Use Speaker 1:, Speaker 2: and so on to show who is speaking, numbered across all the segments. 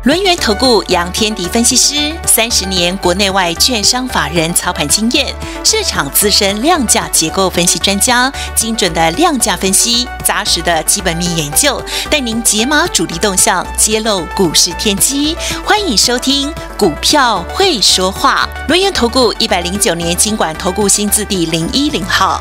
Speaker 1: 轮源投顾杨天迪分析师，30年国内外券商法人操盘经验，市场资深量价结构分析专家，精准的量价分析，扎实的基本面研究，带您解码主力动向，揭露股市天机。欢迎收听《股票会说话》，轮源投顾109年金管投顾新字第010号。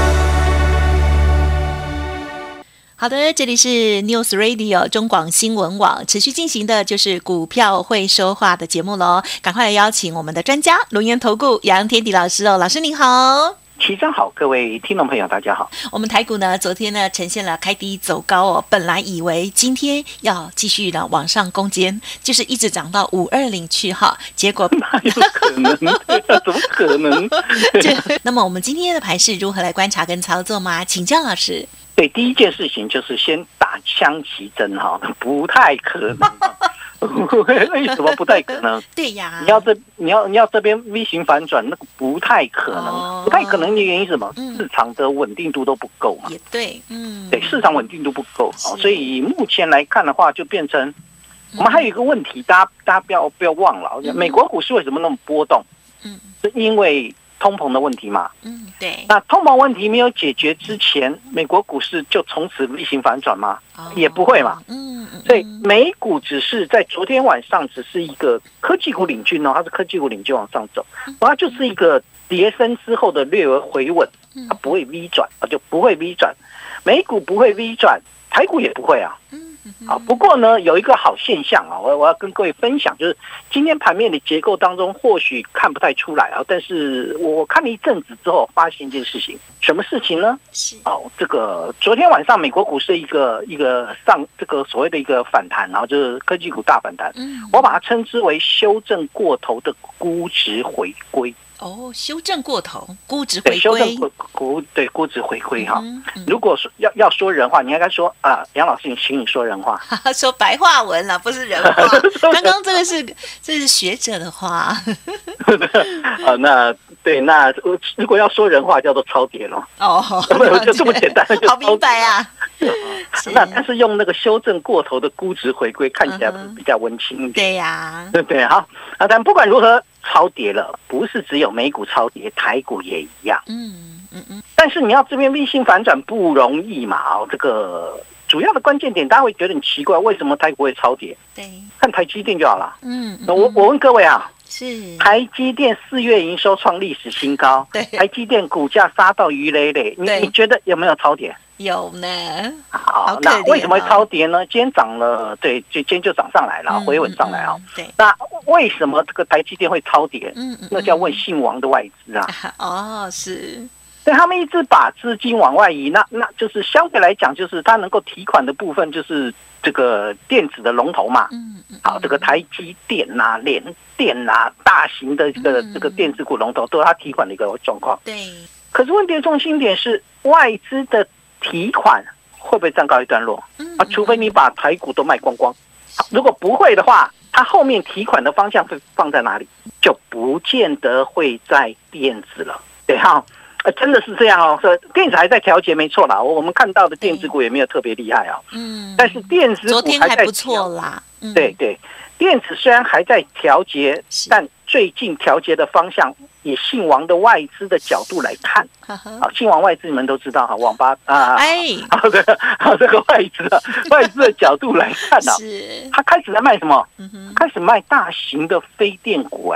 Speaker 1: 好的，这里是 News Radio 中广新闻网持续进行的就是股票会说话的节目咯，赶快来邀请我们的专家轮源投顾杨天迪老师哦，老师您好。
Speaker 2: 齐真好，各位听众朋友大家好。
Speaker 1: 我们台股呢昨天呢呈现了开低走高哦，本来以为今天要继续呢往上攻坚，就是一直涨到520去哈，结果
Speaker 2: 哪有可能？怎么可能？
Speaker 1: 那么我们今天的盘势如何来观察跟操作吗？请教老师。
Speaker 2: 对，第一件事情就是先打枪奇针哈，不太可能。为什么不太可能？
Speaker 1: 对呀，
Speaker 2: 你要这边 V 型反转，那个不太可能，不太可能的原因是什么？市场的稳定度都不够嘛。
Speaker 1: 也对，
Speaker 2: 对，市场稳定度不够，所以目前来看的话，就变成我们还有一个问题，大家不要忘了，美国股市为什么那么波动？是因为通膨的问题嘛？
Speaker 1: 对。
Speaker 2: 那通膨问题没有解决之前，美国股市就从此 V 型反转吗？也不会嘛。所以美股只是在昨天晚上只是一个科技股领军哦，它是科技股领军往上走，它就是一个跌升之后的略微回稳，它不会 V 转，就不会 V 转，美股不会 V 转，台股也不会啊。好，不过呢，有一个好现象啊，我要跟各位分享，就是今天盘面的结构当中，或许看不太出来啊，但是我看了一阵子之后，发现一件事情，什么事情呢？这个昨天晚上美国股市一个上这个所谓的一个反弹，然后就是科技股大反弹，我把它称之为修正过头的估值回归。
Speaker 1: 修正过头，估值回归，
Speaker 2: 修正估值回归哈。如果说要说人话，你应该说杨老师，请你说人话，
Speaker 1: 说白话文了，不是人话。刚刚这是学者的话。
Speaker 2: 那对，那如果要说人话，叫做超跌了。就这么简单，
Speaker 1: 好明白啊。
Speaker 2: 那但是用那个修正过头的估值回归，看起来比较温馨一点。
Speaker 1: 对呀，
Speaker 2: 对好。但不管如何，超跌了，不是只有美股超跌，台股也一样。但是你要这边 V 型反转不容易嘛？这个主要的关键点，大家会觉得很奇怪，为什么台股会超跌？
Speaker 1: 对，
Speaker 2: 看台积电就好了。我问各位啊，
Speaker 1: 是
Speaker 2: 台积电4月营收创历史新高，
Speaker 1: 对，
Speaker 2: 台积电股价杀到鱼累累，你觉得有没有超跌？
Speaker 1: 有呢。
Speaker 2: 好，那为什么会超跌呢？今天涨了，对，今天就涨上来了，回稳上来啊。
Speaker 1: 对，
Speaker 2: 那为什么这个台积电会超跌？那叫问姓王的外资啊。
Speaker 1: 是。
Speaker 2: 对，他们一直把资金往外移，那就是相对来讲，就是它能够提款的部分，就是这个电子的龙头嘛。好，这个台积电啊、联电啊，大型的这个电子股龙头，都是它提款的一个状况。
Speaker 1: 对。
Speaker 2: 可是问题的重心点是，外资的提款会不会暂告一段落？除非你把台股都卖光光。如果不会的话，它后面提款的方向会放在哪里？就不见得会在电子了。对哈。真的是这样哦，电子还在调节，没错啦。我们看到的电子股也没有特别厉害啊。但是电子股
Speaker 1: 昨天还不错啦。
Speaker 2: 对，电子虽然还在调节，但最近调节的方向，以信王的外资的角度来看，信王外资你们都知道哈，网吧这个外资的角度来看啊，他开始在卖什么？开始卖大型的非电股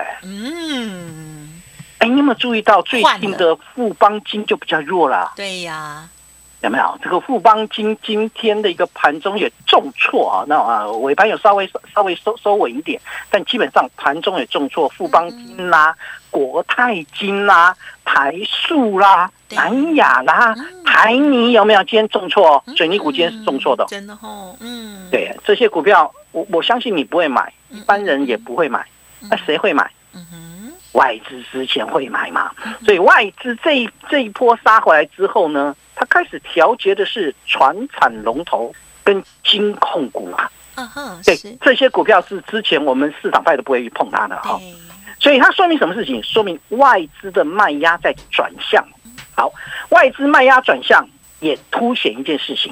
Speaker 2: 你有没有注意到最近的富邦金就比较弱了？
Speaker 1: 对呀，
Speaker 2: 有没有？这个富邦金今天的一个盘中也重挫啊，那尾盘有稍微收稳一点，但基本上盘中也重挫，富邦金啦、国泰金啦、台塑啦、南亚啦、台泥有没有？今天重挫，水泥股今天是重挫的，
Speaker 1: 真的哦，
Speaker 2: 对，这些股票我相信你不会买，一般人也不会买，那谁会买？外资之前会买嘛，所以外资这一波杀回来之后呢，它开始调节的是传产龙头跟金控股啊。对，这些股票是之前我们市场派都不会去碰它的哈。所以它说明什么事情？说明外资的卖压在转向。好，外资卖压转向也凸显一件事情，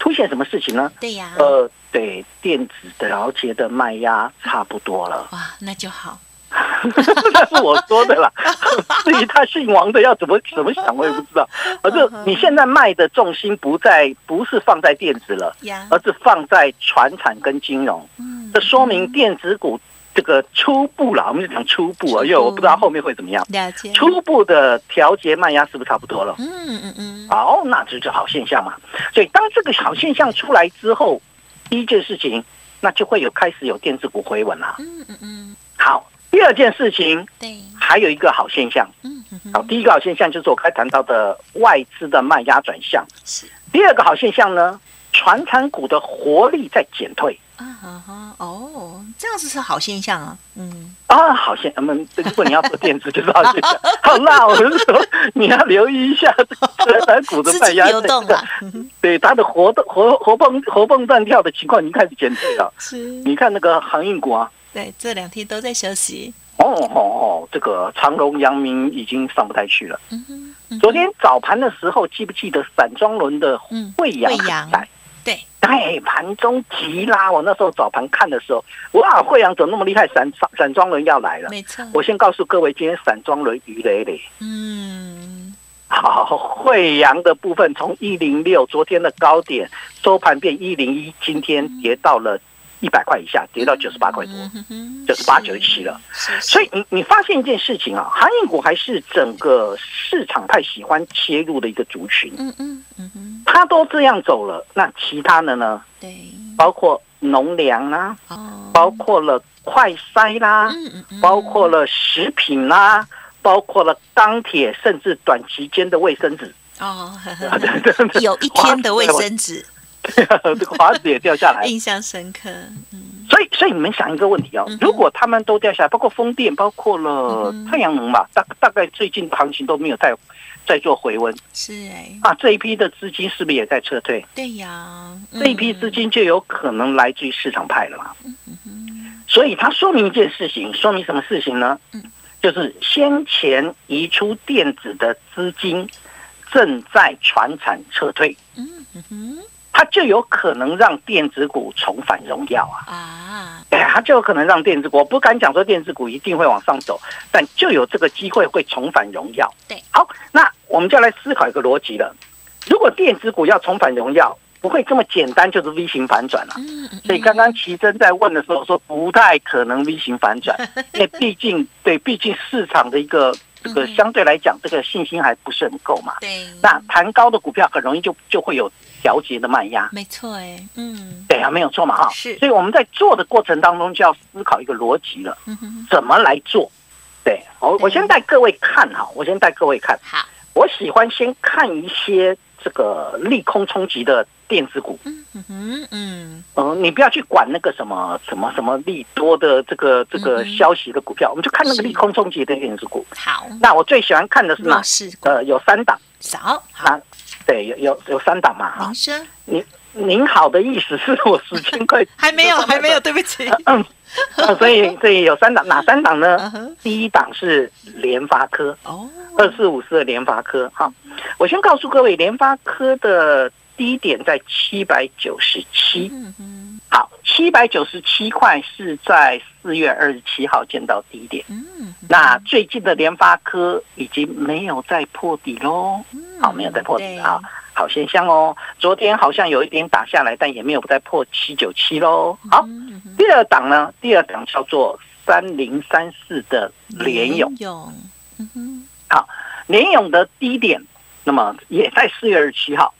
Speaker 2: 凸显什么事情呢？
Speaker 1: 对呀，
Speaker 2: 对，电子调节的卖压差不多了。
Speaker 1: 哇，那就好。
Speaker 2: 那是我说的啦，至于他姓王的要怎么想，我也不知道。而是你现在卖的重心不是放在电子了，而是放在传产跟金融。这说明电子股这个初步啦，我们就讲初步啊，因为我不知道后面会怎么样。
Speaker 1: 了解。
Speaker 2: 初步的调节卖压是不是差不多了？好，那这就好现象嘛。所以当这个好现象出来之后，第一件事情，那就会开始有电子股回稳啦。好。第二件事情，对，还有一个好现象。好，第一个好现象就是我刚才谈到的外资的卖压转向。是。第二个好现象呢，传产股的活力在减退。
Speaker 1: 哦，这样子是好现象啊。
Speaker 2: 好现象。如果你要做电子，就是好现象。好，那我是说，你要留意一下传产股的卖压流动啊。对，它的活蹦乱跳的情况已经开始减退了。是。你看那个航运股啊。
Speaker 1: 对，这2天都在休息。
Speaker 2: 这个长荣、阳明已经上不太去了。昨天早盘的时候，记不记得散装轮的惠阳？对，在盘中急拉。我那时候早盘看的时候，哇，惠阳怎么那么厉害？散装轮要来了。没错。我先告诉各位，今天散装轮鱼累累。好，惠阳的部分从106昨天的高点收盘变101，今天跌到了100块以下，跌到98块多，98、97了。所以你发现一件事情啊，航运股还是整个市场太喜欢切入的一个族群。它都这样走了，那其他的呢？对，包括农粮啦，包括了快筛啦，包括了食品啦，包括了钢铁，甚至短期间的卫生纸。
Speaker 1: 有一天的卫生纸。
Speaker 2: 这个华子也掉下来，
Speaker 1: 印象深刻。
Speaker 2: 所以你们想一个问题哦，如果他们都掉下来，包括风电，包括了太阳能嘛，大概最近行情都没有在做回温。是这一批的资金是不是也在撤退？对呀，这一批资金就有可能来自于市场派了嘛。所以它说明一件事情，说明什么事情呢？就是先前移出电子的资金正在传产撤退。它就有可能让电子股重返荣耀啊！它就有可能让电子股，我不敢讲说电子股一定会往上走，但就有这个机会会重返荣耀。对，好，那我们就来思考一个逻辑了。如果电子股要重返荣耀，不会这么简单，就是 V 型反转了。所以刚刚奇珍在问的时候说，不太可能 V 型反转，因为毕竟市场的一个这个相对来讲，这个信心还不是很够嘛。对，那弹高的股票很容易就会有调节的卖压。没错，对啊，没有错嘛哈。是，所以我们在做的过程当中就要思考一个逻辑了，怎么来做？对，我先带各位看哈，好，我喜欢先看一些这个利空冲击的电子股。你不要去管那个什么利多的这个消息的股票，我们就看那个利空冲击的电子股。好，那我最喜欢看的是哪？有3档。好，对，有3档嘛。您说，您好的意思是我时间快还没有，对不起。所以有3档，哪3档呢？第一档是联发科，2454的联发科。好，我先告诉各位，联发科的低点在797。好，797块是在4月27号见到低点。那最近的联发科已经没有再破底喽。好，没有再破底啊，好现象哦。昨天好像有一点打下来，但也没有再破797喽。好，第二档呢？第二档叫做3034的联咏。好，联咏的低点，那么也在4月27号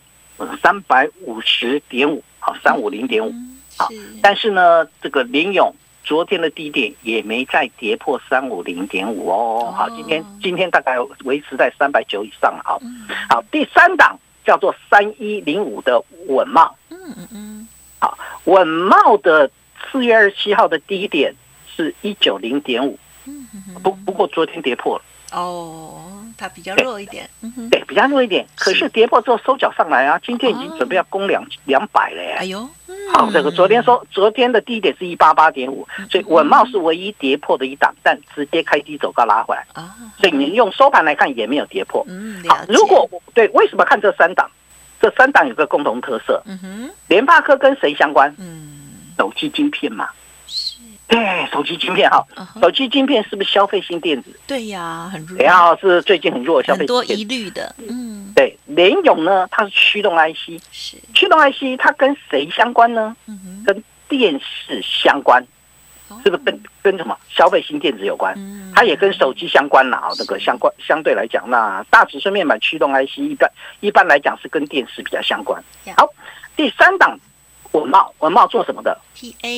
Speaker 2: ，350.5，好，350.5。好，但是呢，这个联咏昨天的低点也没再跌破350.5哦。好，今天大概维持在390以上了。好，第3档叫做3105的稳懋。好，稳懋的4月27号的低点是190.5。不过昨天跌破了。它比较弱一点。对，比较弱一点。可是跌破之后收脚上来啊，今天已经准备要攻200了耶。哎呦，好，这个昨天的低点是188.5，所以稳懋是唯一跌破的一档，但直接开低走高拉回来。所以你用收盘来看也没有跌破。好，如果对，为什么看这3档？ 这3档有个共同特色，联发科跟谁相关？手机晶片嘛。对，手机晶片哈，手机晶片是不是消费性电子？
Speaker 1: 对呀，很弱。
Speaker 2: 然后是最近很弱的消费性电子，
Speaker 1: 很多疑虑的。
Speaker 2: 对，联咏呢，它是驱动 IC， 驱动 IC 它跟谁相关呢？跟电视相关，是不是跟什么消费性电子有关？它也跟手机相关啦。这个相对来讲，那大尺寸面板驱动 IC 一般来讲是跟电视比较相关。好，第3档文茂做什么的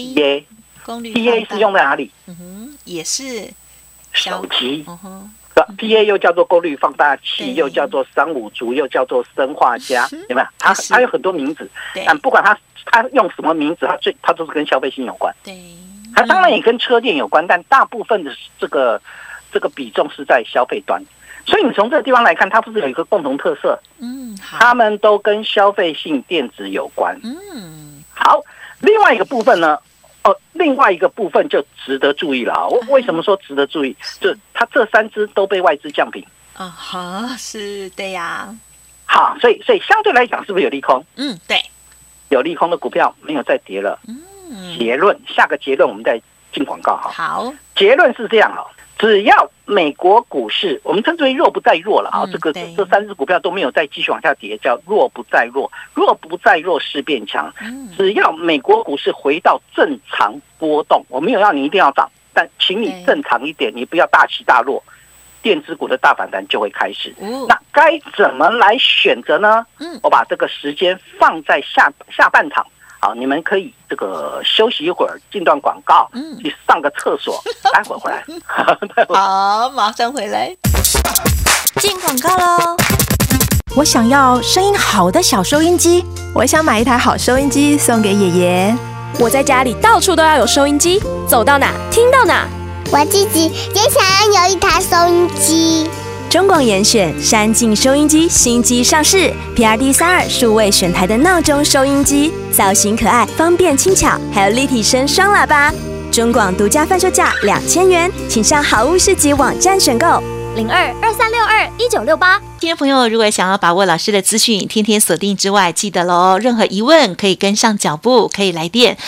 Speaker 2: ？TA。TA 是用在哪里？
Speaker 1: 也是
Speaker 2: 手机。TA 又叫做功率放大器，又叫做35族，又叫做砷化镓，有没有？它有很多名字，但不管它用什么名字，它都是跟消费性有关。对，它当然也跟车电有关，但大部分的这个比重是在消费端。所以你从这个地方来看，它不是有一个共同特色？它们都跟消费性电子有关。好，另外一个部分呢？另外一个部分就值得注意了啊！为什么说值得注意？就它这3只都被外资降评
Speaker 1: 是的呀。
Speaker 2: 好，所以相对来讲，是不是有利空？
Speaker 1: 对，
Speaker 2: 有利空的股票没有再跌了。下个结论我们再进广告哈。
Speaker 1: 好，
Speaker 2: 结论是这样啊。只要美国股市，我们称之为弱不再弱了啊，这3只股票都没有再继续往下跌，叫弱不再弱，弱不再弱势变强。只要美国股市回到正常波动，我没有要你一定要涨，但请你正常一点，你不要大起大落，电子股的大反弹就会开始。那该怎么来选择呢？我把这个时间放在下半场。好，你们可以这个休息一会儿，进段广告，去上个厕所，待会儿回来。
Speaker 1: 好，马上回来。进广告喽！
Speaker 3: 我想要声音好的小收音机，我想买一台好收音机送给爷爷。
Speaker 4: 我在家里到处都要有收音机，走到哪听到哪。
Speaker 5: 我自己也想要有一台收音机。
Speaker 3: 中广严选山境收音机新机上市 ，PRD32数位选台的闹钟收音机，造型可爱，方便轻巧，还有立体声双喇叭。中广独家贩售价2000元，请上好物市集网站选购。
Speaker 4: 02-2362-1968。
Speaker 1: 听众朋友，如果想要把握老师的资讯，天天锁定之外，记得喽，任何疑问可以跟上脚步，可以来电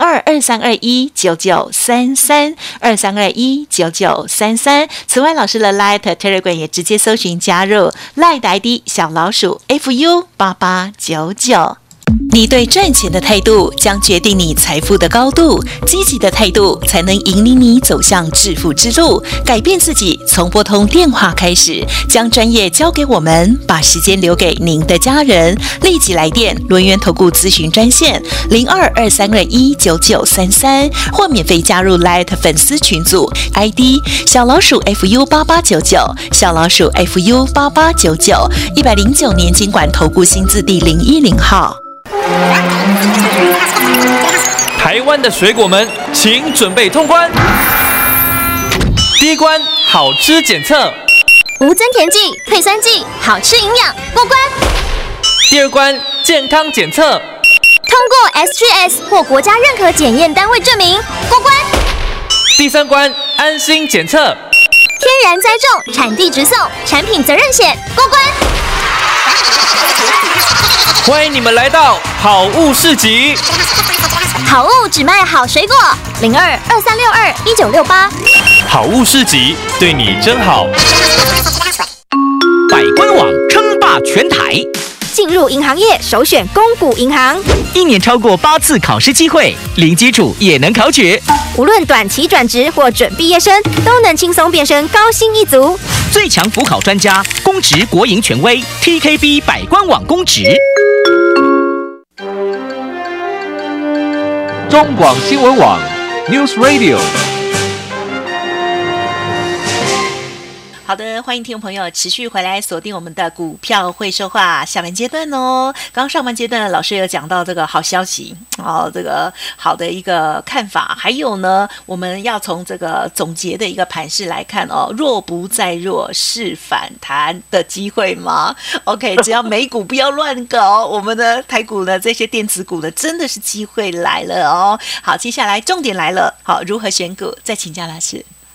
Speaker 1: 02-2321-9933，2321-9933。此外，老师的 Line Telegram 也直接搜寻加入 Line 的 ID 小老鼠 FU8899。你对赚钱的态度将决定你财富的高度，积极的态度才能引领你走向致富之路。改变自己，从拨通电话开始，将专业交给我们，把时间留给您的家人。立即来电轮源投顾咨询专线02-2321-9933，或免费加入 Light 粉丝群组 ID 小老鼠 FU8899，小老鼠 FU8899，109年金管投顾新字第010号。
Speaker 6: 台湾的水果们，请准备通关。第一关，好吃检测，
Speaker 4: 无增甜剂、退酸剂，好吃营养，过关。
Speaker 6: 第二关，健康检测，通
Speaker 4: 过 SGS 或国家认可检验单位证明，过关。
Speaker 6: 第三关，安心检测，天
Speaker 4: 然栽种，产地直送，产品责任险，过关。
Speaker 6: 欢迎你们来到好物市集，
Speaker 4: 好物只卖好水果，02-2362-1968。
Speaker 6: 好物市集对你真好。
Speaker 7: 百官网称霸全台，
Speaker 3: 进入银行业首选公股银行
Speaker 7: ，1年超过8次考试机会，零基础也能考取。
Speaker 3: 无论短期转职或准毕业生，都能轻松变身高薪一族。
Speaker 7: 最强辅考专家，公职国营权威 ，TKB 百官网公职。
Speaker 8: 中广新闻网 News Radio。
Speaker 1: 好的，欢迎听众朋友持续回来锁定我们的股票会说话下半阶段哦。刚上半阶段老师有讲到这个好消息这个好的一个看法，还有呢，我们要从这个总结的一个盘势来看弱不再弱是反弹的机会吗 ？OK， 只要美股不要乱搞，我们的台股呢，这些电子股呢，真的是机会来了哦。好，接下来重点来了，好，如何选股？再请教老师。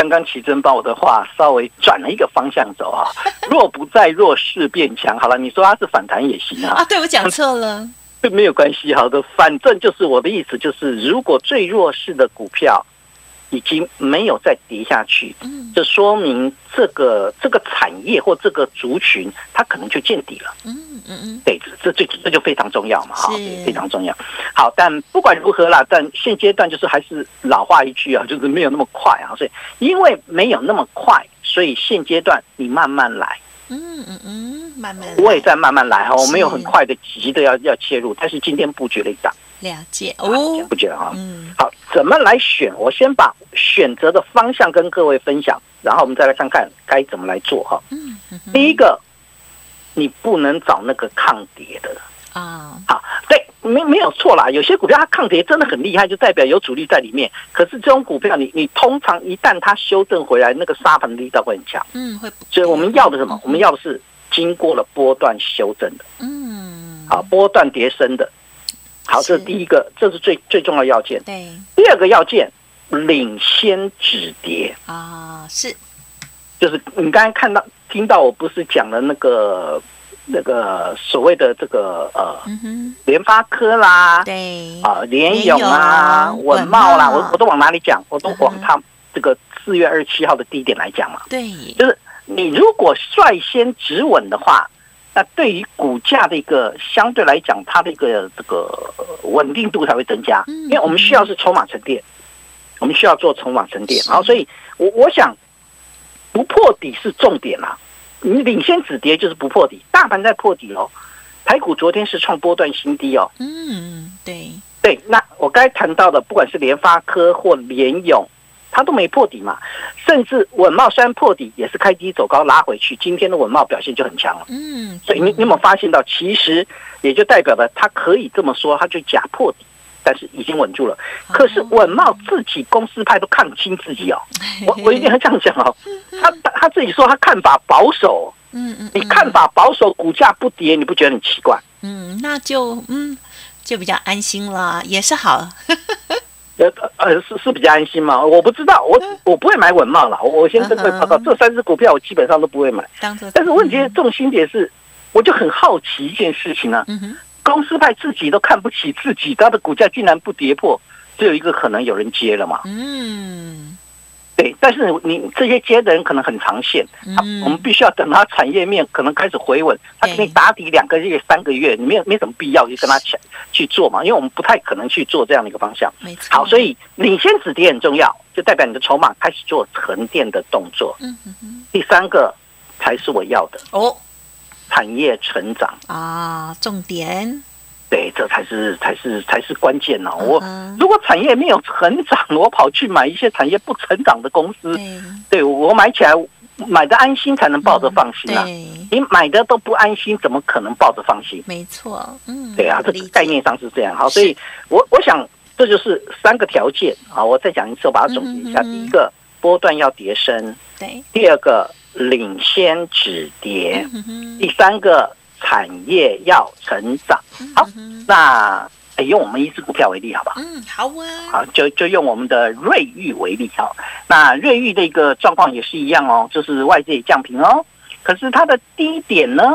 Speaker 2: 刚刚奇珍把我的话稍微转了一个方向走啊，弱不在弱势变强。好了，你说它是反弹也行啊。
Speaker 1: 对，我讲错了。
Speaker 2: 没有关系，好的，反正就是我的意思就是，如果最弱势的股票已经没有再跌下去，这说明这个产业或这个族群它可能就见底了。对，这就非常重要嘛，哈，非常重要。好，但不管如何啦，但现阶段就是还是老话一句啊，就是没有那么快啊，所以因为没有那么快，所以现阶段你慢慢来。慢慢来，我也在慢慢来哈，我没有很快的急的要切入，但是今天布局了一档，
Speaker 1: 了解哦，
Speaker 2: 布局了哈。好，怎么来选？我先把选择的方向跟各位分享，然后我们再来看看该怎么来做哈。第一个，你不能找那个抗跌的啊。好，对，没有错啦。有些股票它抗跌真的很厉害，就代表有主力在里面。可是这种股票你通常一旦它修正回来，那个沙盘力道会很强。会。所以我们要的什么？我们要的是经过了波段修正的。好，波段跌升的。好，这是第一个，这是最重要的要件。对。第二个要件，领先止跌啊，是。就是你刚才听到我不是讲了那个所谓的这个联发科啦，对联咏啊，稳懋啦，我都往哪里讲？我都往它这个4月27号的低点来讲嘛。对，就是你如果率先止稳的话，那对于股价的一个相对来讲，它的一个这个稳定度才会增加，因为我们需要是筹码沉淀，我们需要做筹码沉淀。然后，所以我想不破底是重点啦。你领先止跌就是不破底，大盘在破底哦。台股昨天是创波段新低哦。对，那我刚才谈到的，不管是联发科或联咏，它都没破底嘛。甚至稳懋虽然破底，也是开低走高拉回去。今天的稳懋表现就很强了。所以你有没有发现到，其实也就代表了它可以这么说，它就假破底，但是已经稳住了。可是稳懋自己公司派都看不清自己哦。我一定要这样讲哦。他自己说他看法保守。你看法保守，股价不跌，你不觉得很奇怪？
Speaker 1: 那就比较安心了，也是好。
Speaker 2: 是比较安心吗？我不知道，我不会买稳懋啦。我先跟各位报告，这3只股票我基本上都不会买。但是问题重心点是，我就很好奇一件事情啊。公司派自己都看不起自己，他的股价竟然不跌破，只有一个可能有人接了嘛。对，但是你这些接的人可能很长线，我们必须要等他产业面可能开始回稳，他给你打底2个月、3个月，你没什么必要去跟他去做嘛，因为我们不太可能去做这样的一个方向。好，所以领先止跌很重要，就代表你的筹码开始做沉淀的动作。第3个才是我要的哦，产业成长啊，重点。对，这才是关键哦。我如果产业没有成长，我跑去买一些产业不成长的公司，对我买起来买的安心才能抱着放心啊。你买的都不安心，怎么可能抱着放心？没错，对啊，这个概念上是这样。好，所以我想这就是3个条件啊。我再讲一次，我把它总结一下：第一个，波段要跌升；第二个，领先止跌；第3个，产业要成长。好，那用我们一只股票为例，好不好？好啊。好，就用我们的瑞昱为例。好，那瑞昱的一个状况也是一样哦，就是外资也降评哦，可是它的低点呢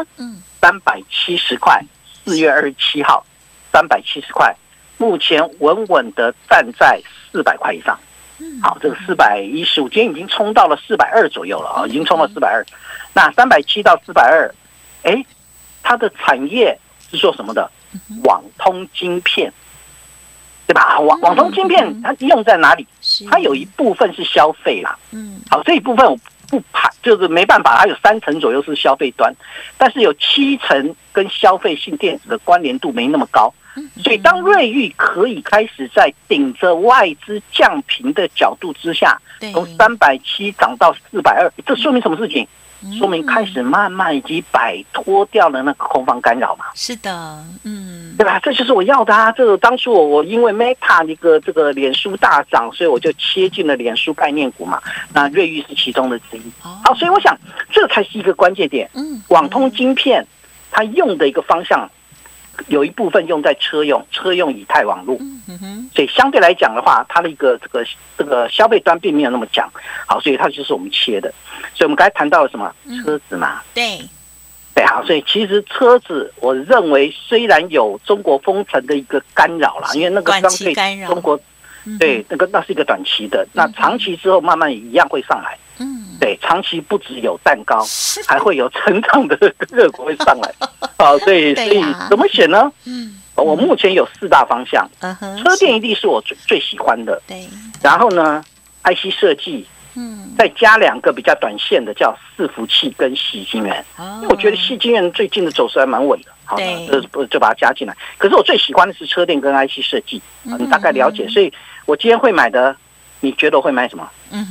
Speaker 2: ，370块，4月27号，370块，目前稳稳的站在400块以上。好，这个415，今天已经冲到了420左右了啊，已经冲到420。那370到420，它的产业是做什么的？网通晶片，对吧？网通晶片它用在哪里？它有一部分是消费啦。好，这一部分我不排，就是没办法，它有3成左右是消费端，但是有7成跟消费性电子的关联度没那么高。所以当瑞昱可以开始在顶着外资降评的角度之下，从370涨到420，这说明什么事情？说明开始慢慢已经摆脱掉了那个空方干扰嘛。是的，对吧？这就是我要的啊！这个当初我因为 Meta 这个脸书大涨，所以我就切进了脸书概念股嘛。那瑞昱是其中的之一。好，所以我想这才是一个关键点。网通晶片它用的一个方向有一部分用在车用以太网络，所以相对来讲的话，它的一个这个消费端并没有那么强，好，所以它就是我们切的。所以我们刚才谈到了什么车子嘛，
Speaker 1: 对，
Speaker 2: 好，所以其实车子，我认为虽然有中国封城的一个干扰啦，因为那个刚对中国，对那是一个短期的，那长期之后慢慢一样会上来。对，长期不只有蛋糕，还会有成长的个股会上来。好，所以怎么选呢？我目前有4大方向，车电一定是我最喜欢的。对，然后呢 ，IC 设计，再加2个比较短线的，叫伺服器跟矽晶圆。我觉得矽晶圆最近的走势还蛮稳的。好，就把它加进来。可是我最喜欢的是车电跟 IC 设计，你大概了解。所以我今天会买的，你觉得我会买什么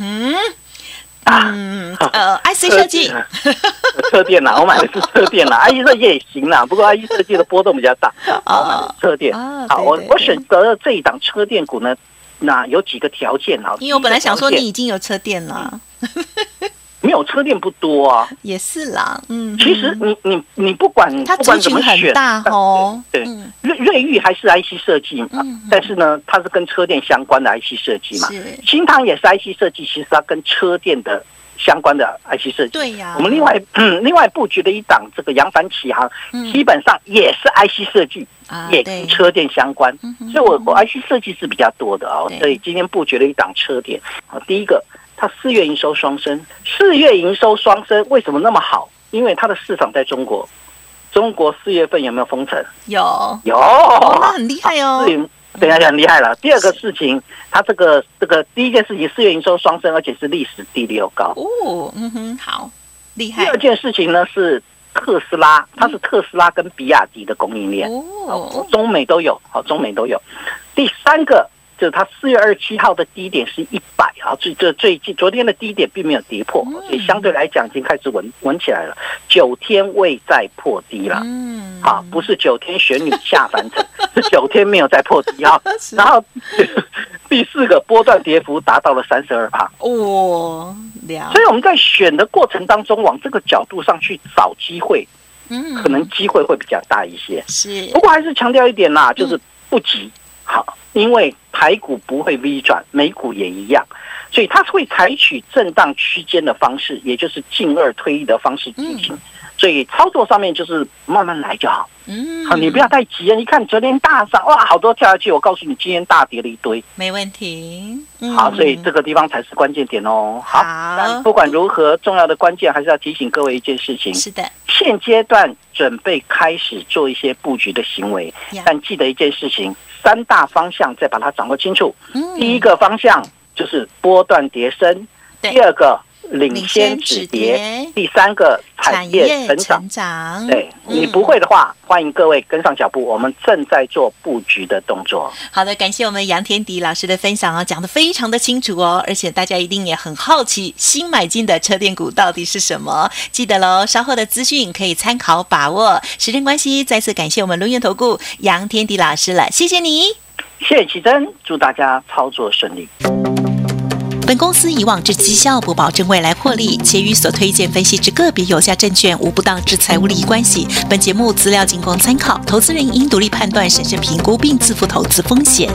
Speaker 1: ？IC 设计，
Speaker 2: 车电啦，我买的是车电啦，IC 设计也行啦，不过 IC 设计的波动比较大，我买的是车电。好，我选择了这一档车电股呢，那有几个条件啊。
Speaker 1: 因为我本来想说你已经有车电了。
Speaker 2: 没有车电不多啊，
Speaker 1: 也是啦，
Speaker 2: 其实你不管怎么选，
Speaker 1: 大哦，
Speaker 2: 对，瑞昱还是 IC 设计嘛，但是呢，它是跟车电相关的 IC 设计嘛，新唐也是 IC 设计，其实它跟车电的相关的 IC 设计，
Speaker 1: 对呀。
Speaker 2: 我们另外布局的一档这个扬帆起航，基本上也是 IC 设计，也跟车电相关，所以我 IC 设计是比较多的啊，所以今天布局了一档车电，第一个。它4月营收双升，4月营收双升为什么那么好？因为它的市场在中国，中国4月份有没有封城？
Speaker 1: 有，
Speaker 2: 那
Speaker 1: 很厉害哦。
Speaker 2: 对啊，很厉害了。第二个事情，它这个第一件事情，4月营收双升，而且是历史第6高。
Speaker 1: 好，厉害。
Speaker 2: 第二件事情呢是特斯拉，它是特斯拉跟比亚迪的供应链，中美都有，好，中美都有。第三个。就是它4月27号的低点是100啊，最近昨天的低点并没有跌破，所以相对来讲已经开始稳起来了，9天未再破低了，好，不是9天玄女下凡尘，是9天没有再破低啊。然后第4个波段跌幅达到了32%，所以我们在选的过程当中，往这个角度上去找机会，可能机会会比较大一些。是，不过还是强调一点啦，就是不急。好，因为台股不会 V 转，美股也一样，所以它会采取震荡区间的方式，也就是进2推1的方式进行。所以操作上面就是慢慢来就好。好，你不要太急啊！你看昨天大涨，哇，好多跳下去，我告诉你，今天大跌了一堆，
Speaker 1: 没问题。
Speaker 2: 好，所以这个地方才是关键点哦。好，但不管如何，重要的关键还是要提醒各位一件事情。
Speaker 1: 是的，
Speaker 2: 现阶段准备开始做一些布局的行为，但记得一件事情。3大方向再把它掌握清楚。第一个方向就是波段跌升，第二个领先止跌，第3个产业成长。对，你不会的话，欢迎各位跟上脚步，我们正在做布局的动作。
Speaker 1: 好的，感谢我们杨天迪老师的分享讲得非常的清楚哦，而且大家一定也很好奇新买进的车电股到底是什么，记得咯，稍后的资讯可以参考把握。时间关系，再次感谢我们轮源投顾杨天迪老师了，谢谢你。
Speaker 2: 谢谢启真，祝大家操作顺利。
Speaker 1: 本公司以往之绩效不保证未来获利，且与所推荐分析之个别有价证券无不当之财务利益关系。本节目资料仅供参考，投资人应独立判断、审慎评估并自负投资风险。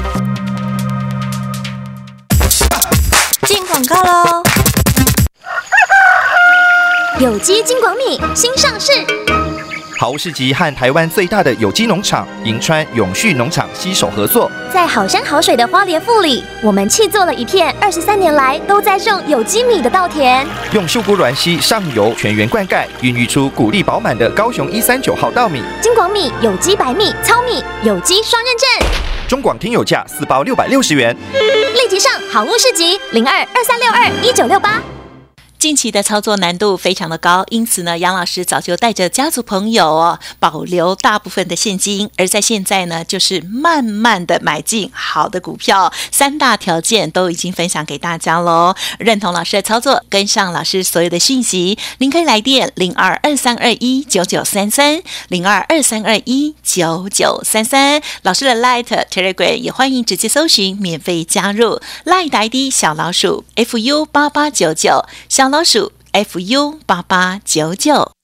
Speaker 4: 进广告喽！有机金广米新上市。
Speaker 9: 好物市集和台湾最大的有机农场银川永续农场携手合作，
Speaker 4: 在好山好水的花莲富里，我们砌作了一片23年来都在种有机米的稻田，
Speaker 9: 用秀姑鸾溪上游全园灌溉，孕育出谷粒饱满的高雄139号稻米。
Speaker 4: 金广米有机白米、糙米，有机双认证。
Speaker 9: 中广听友价4包660元，
Speaker 4: 立即上好物市集0223621968。
Speaker 1: 近期的操作难度非常的高，因此呢，杨老师早就带着家族朋友保留大部分的现金，而在现在呢，就是慢慢的买进好的股票，3大条件都已经分享给大家咯。认同老师的操作，跟上老师所有的讯息，您可以来电0223219933 0223219933，老师的 Light、Telegram 也欢迎直接搜寻免费加入 Light 的 ID 小老鼠FU8899小老鼠FU8899。